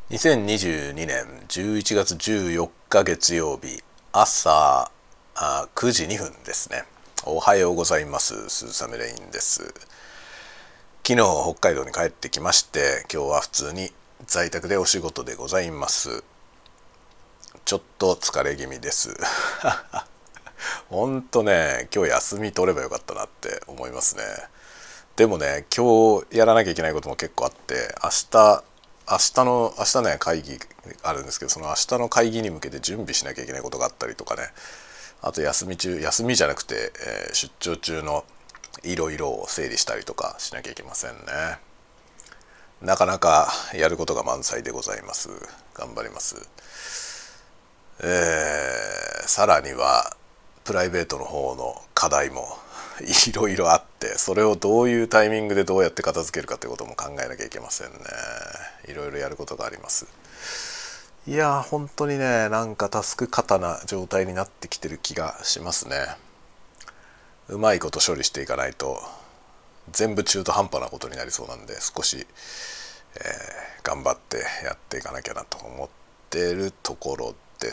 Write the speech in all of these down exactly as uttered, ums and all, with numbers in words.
にせんにじゅうにねんじゅういちがつじゅうよっか月曜日朝あくじにふんですね。おはようございます。鈴雨レインです。昨日北海道に帰ってきまして、今日は普通に在宅でお仕事でございます。ちょっと疲れ気味ですほんとね、今日休み取ればよかったなって思いますね。でもね、今日やらなきゃいけないことも結構あって、明日明日の明日ね会議あるんですけど、その明日の会議に向けて準備しなきゃいけないことがあったりとかね、あと休み中休みじゃなくて、えー出張中のいろいろを整理したりとかしなきゃいけませんね。なかなかやることが満載でございます。頑張ります。えー、さらにはプライベートの方の課題もいろいろあって、それをどういうタイミングでどうやって片付けるかということも考えなきゃいけませんね。いろいろやることがあります。いやー本当にね、なんかタスク過多な状態になってきてる気がしますね。うまいこと処理していかないと全部中途半端なことになりそうなんで、少し、えー頑張ってやっていかなきゃなと思ってるところです。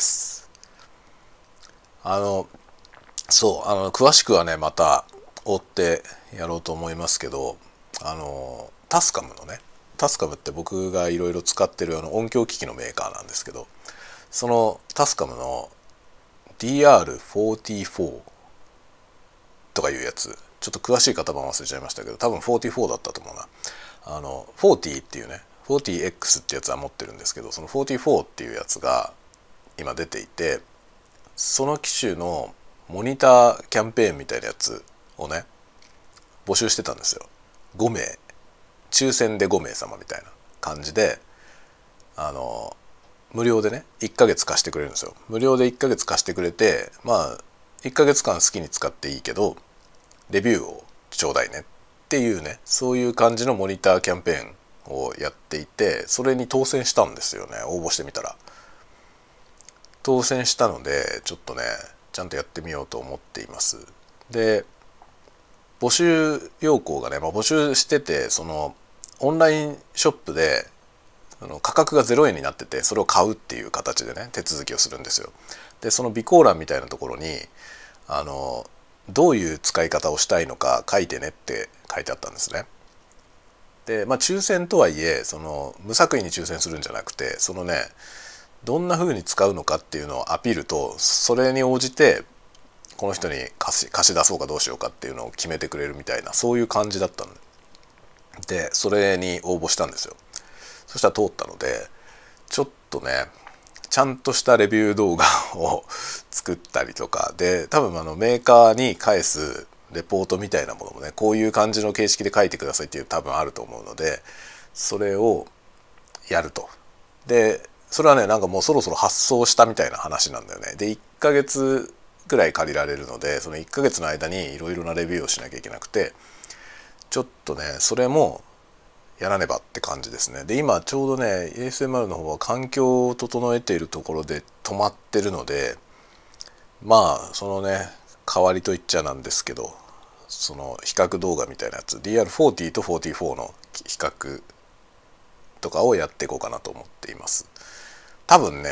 あのそうあの詳しくはねまた追ってやろうと思いますけど、あのタスカムのねタスカムって僕がいろいろ使ってるあの音響機器のメーカーなんですけど、そのタスカムの ディーアールフォーティーフォー とかいうやつ、ちょっと詳しい型番忘れちゃいましたけど、多分フォーティーフォーだったと思うな。あのフォーティーっていうね フォーティーエックス ってやつは持ってるんですけど、そのフォーティーフォーっていうやつが今出ていて、その機種のモニターキャンペーンみたいなやつをね募集してたんですよ。ごめい抽選でごめい様みたいな感じで、あの無料でねいっかげつ貸してくれるんですよ。無料でいっかげつ貸してくれて、まあいっかげつかん好きに使っていいけどレビューをちょうだいねっていうね、そういう感じのモニターキャンペーンをやっていて、それに当選したんですよね。応募してみたら当選したので、ちょっとねちゃんとやってみようと思っています。で募集要項がね、まあ、募集してて、そのオンラインショップでその価格がゼロえんになってて、それを買うっていう形でね手続きをするんですよ。でその備考欄みたいなところにあのどういう使い方をしたいのか書いてねって書いてあったんですね。でまあ抽選とはいえ、その無作為に抽選するんじゃなくて、そのねどんな風に使うのかっていうのをアピールと、それに応じてこの人に貸し貸し出そうかどうしようかっていうのを決めてくれるみたいな、そういう感じだったんで、それに応募したんですよ。そしたら通ったので、ちょっとねちゃんとしたレビュー動画を作ったりとかで、多分あのメーカーに返すレポートみたいなものもね、こういう感じの形式で書いてくださいっていう多分あると思うので、それをやると。でそれはねなんかもうそろそろ発送したみたいな話なんだよね。でいっかげつぐらい借りられるので、そのいっかげつの間にいろいろなレビューをしなきゃいけなくて、ちょっとねそれもやらねばって感じですね。で今ちょうどね エーエスエムアール の方は環境を整えているところで止まってるので、まあそのね代わりと言っちゃなんですけど、その比較動画みたいなやつ ディーアールフォーティー とフォーティーフォーの比較とかをやっていこうかなと思っています。多分ね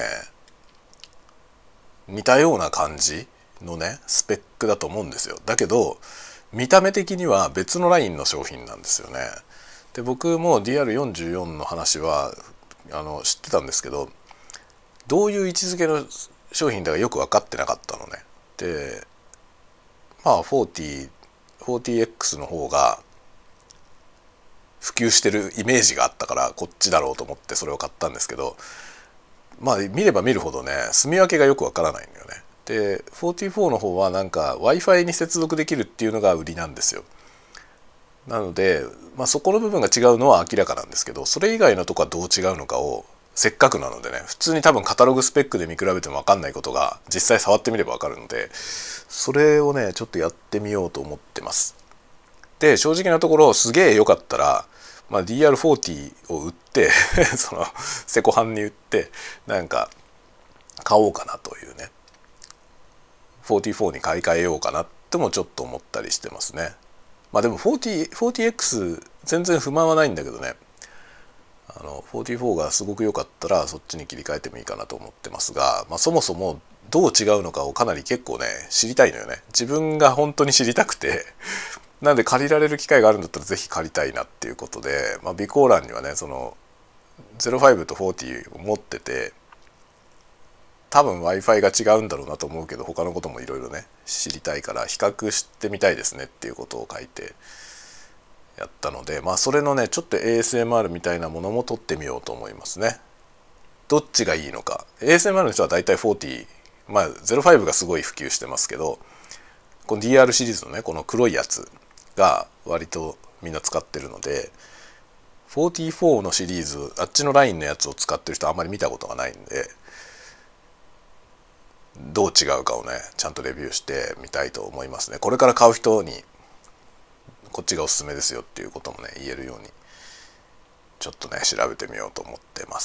似たような感じのねスペックだと思うんですよ。だけど見た目的には別のラインの商品なんですよね。で僕も ディーアールよんじゅうよん の話はあの知ってたんですけど、どういう位置づけの商品だかよく分かってなかったのね。でまあフォーティー フォーティーエックス の方が普及してるイメージがあったからこっちだろうと思ってそれを買ったんですけど、まあ見れば見るほどね住み分けがよくわからないんだよね。でフォーティーフォーの方はなんか Wi-Fi に接続できるっていうのが売りなんですよ。なので、まあ、そこの部分が違うのは明らかなんですけど、それ以外のとこはどう違うのかをせっかくなのでね、普通に多分カタログスペックで見比べても分かんないことが実際触ってみれば分かるので、それをねちょっとやってみようと思ってます。で正直なところすげえ良かったら、まあ、ディーアールフォーティー を売ってそのセコハンに売ってなんか買おうかなというね、フォーティーフォーに買い替えようかなってもちょっと思ったりしてますね。まあでもフォーティー、フォーティーエックス 全然不満はないんだけどね、 あのよんじゅうよんがすごく良かったらそっちに切り替えてもいいかなと思ってますが、まあ、そもそもどう違うのかをかなり結構ね知りたいのよね。自分が本当に知りたくてなんで借りられる機会があるんだったらぜひ借りたいなっていうことで、まあ、備考欄にはねそのゼロファイブとよんじゅうを持ってて多分 Wi-Fi が違うんだろうなと思うけど他のこともいろいろね知りたいから比較してみたいですねっていうことを書いてやったので、まあそれのねちょっと エーエスエムアール みたいなものも撮ってみようと思いますね。どっちがいいのか。 エーエスエムアール の人はだいたいよんじゅう、まあゼロファイブがすごい普及してますけど、この ディーアール シリーズのねこの黒いやつが割とみんな使ってるので、よんじゅうよんのシリーズあっちのラインのやつを使ってる人あんまり見たことがないんで、どう違うかをねちゃんとレビューしてみたいと思いますね。これから買う人にこっちがおすすめですよっていうこともね言えるようにちょっとね調べてみようと思ってます。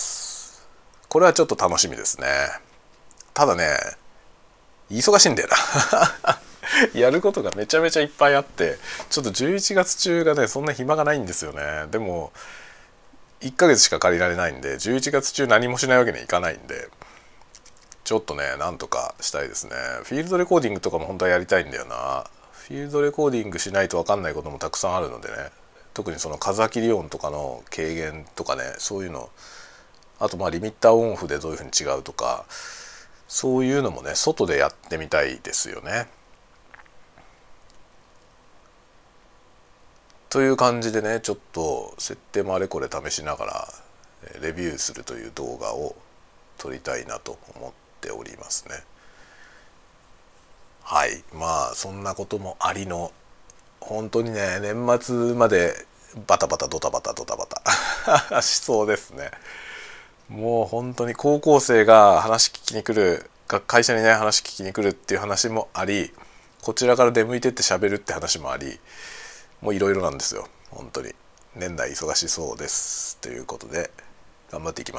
これはちょっと楽しみですね。ただね忙しいんだよなやることがめちゃめちゃいっぱいあってちょっとじゅういちがつ中がねそんな暇がないんですよね。でもいっかげつしか借りられないんでじゅういちがつ中何もしないわけにはいかないんでちょっとねなんとかしたいですね。フィールドレコーディングとかも本当はやりたいんだよな。フィールドレコーディングしないと分かんないこともたくさんあるのでね、特にその風切り音とかの軽減とかねそういうの、あとまあリミッターオンオフでどういうふうに違うとかそういうのもね外でやってみたいですよね。という感じでねちょっと設定もあれこれ試しながらレビューするという動画を撮りたいなと思っておりますね。はい、まあそんなこともありの本当にね年末までバタバタドタバタドタバタしそうですね。もう本当に高校生が話聞きに来る会社にね話聞きに来るっていう話もあり、こちらから出向いてって喋るって話もあり、もういろいろなんですよ。本当に年内忙しそうですということで頑張っていきます。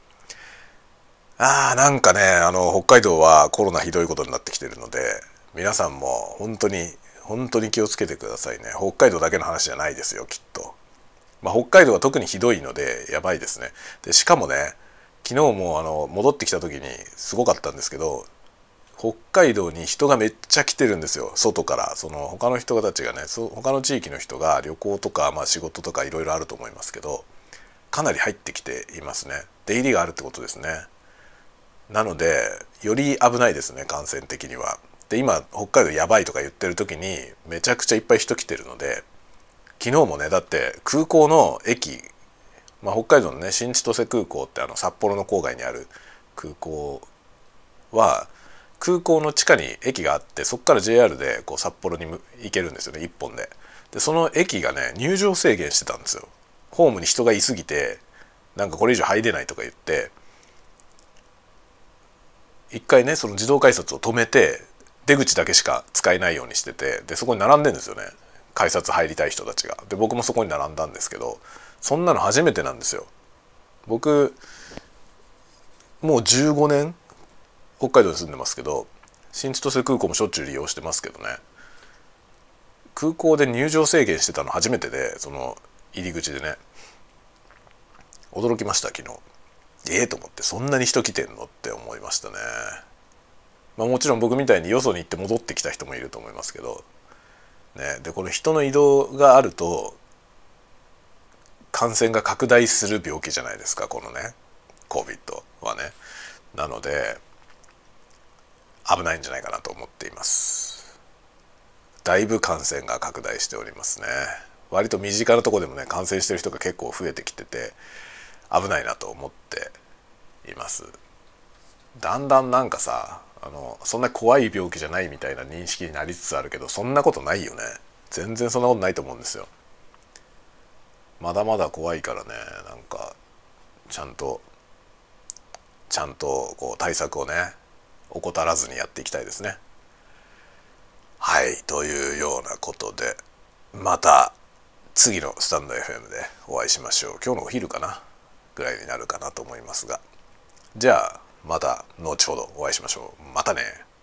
あーなんかねあの北海道はコロナひどいことになってきてるので皆さんも本当に本当に気をつけてくださいね。北海道だけの話じゃないですよきっと。まあ、北海道は特にひどいのでやばいですね。でしかもね昨日もあの戻ってきた時にすごかったんですけど、北海道に人がめっちゃ来てるんですよ。外からその他の人たちがね他の地域の人が旅行とか、まあ、仕事とかいろいろあると思いますけどかなり入ってきていますね。出入りがあるってことですね。なのでより危ないですね感染的には。で今北海道やばいとか言ってる時にめちゃくちゃいっぱい人来てるので、昨日もねだって空港の駅、まあ、北海道のね新千歳空港ってあの札幌の郊外にある空港は空港の地下に駅があってそこから ジェイアール でこう札幌に行けるんですよね一本で。でその駅がね入場制限してたんですよ。ホームに人がいすぎてなんかこれ以上入れないとか言って一回ねその自動改札を止めて出口だけしか使えないようにしてて、でそこに並んでんですよね改札入りたい人たちが。で僕もそこに並んだんですけどそんなの初めてなんですよ。僕もうじゅうごねん北海道に住んでますけど新千歳空港もしょっちゅう利用してますけどね、空港で入場制限してたの初めてで、その入り口でね驚きました昨日。ええー、と思ってそんなに人来てんのって思いましたね。まあ、もちろん僕みたいによそに行って戻ってきた人もいると思いますけど、ね、でこの人の移動があると感染が拡大する病気じゃないですかこのね コービッド はね。なので危ないんじゃないかなと思っています。だいぶ感染が拡大しておりますね。割と身近なところでもね感染してる人が結構増えてきてて危ないなと思っています。だんだんなんかさあのそんな怖い病気じゃないみたいな認識になりつつあるけどそんなことないよね。全然そんなことないと思うんですよ。まだまだ怖いからね、なんかちゃんとちゃんとこう対策をね怠らずにやっていきたいですね。はいというようなことでまた次のスタンド エフエム でお会いしましょう。今日のお昼かなぐらいになるかなと思いますが、じゃあまた後ほどお会いしましょう。またね。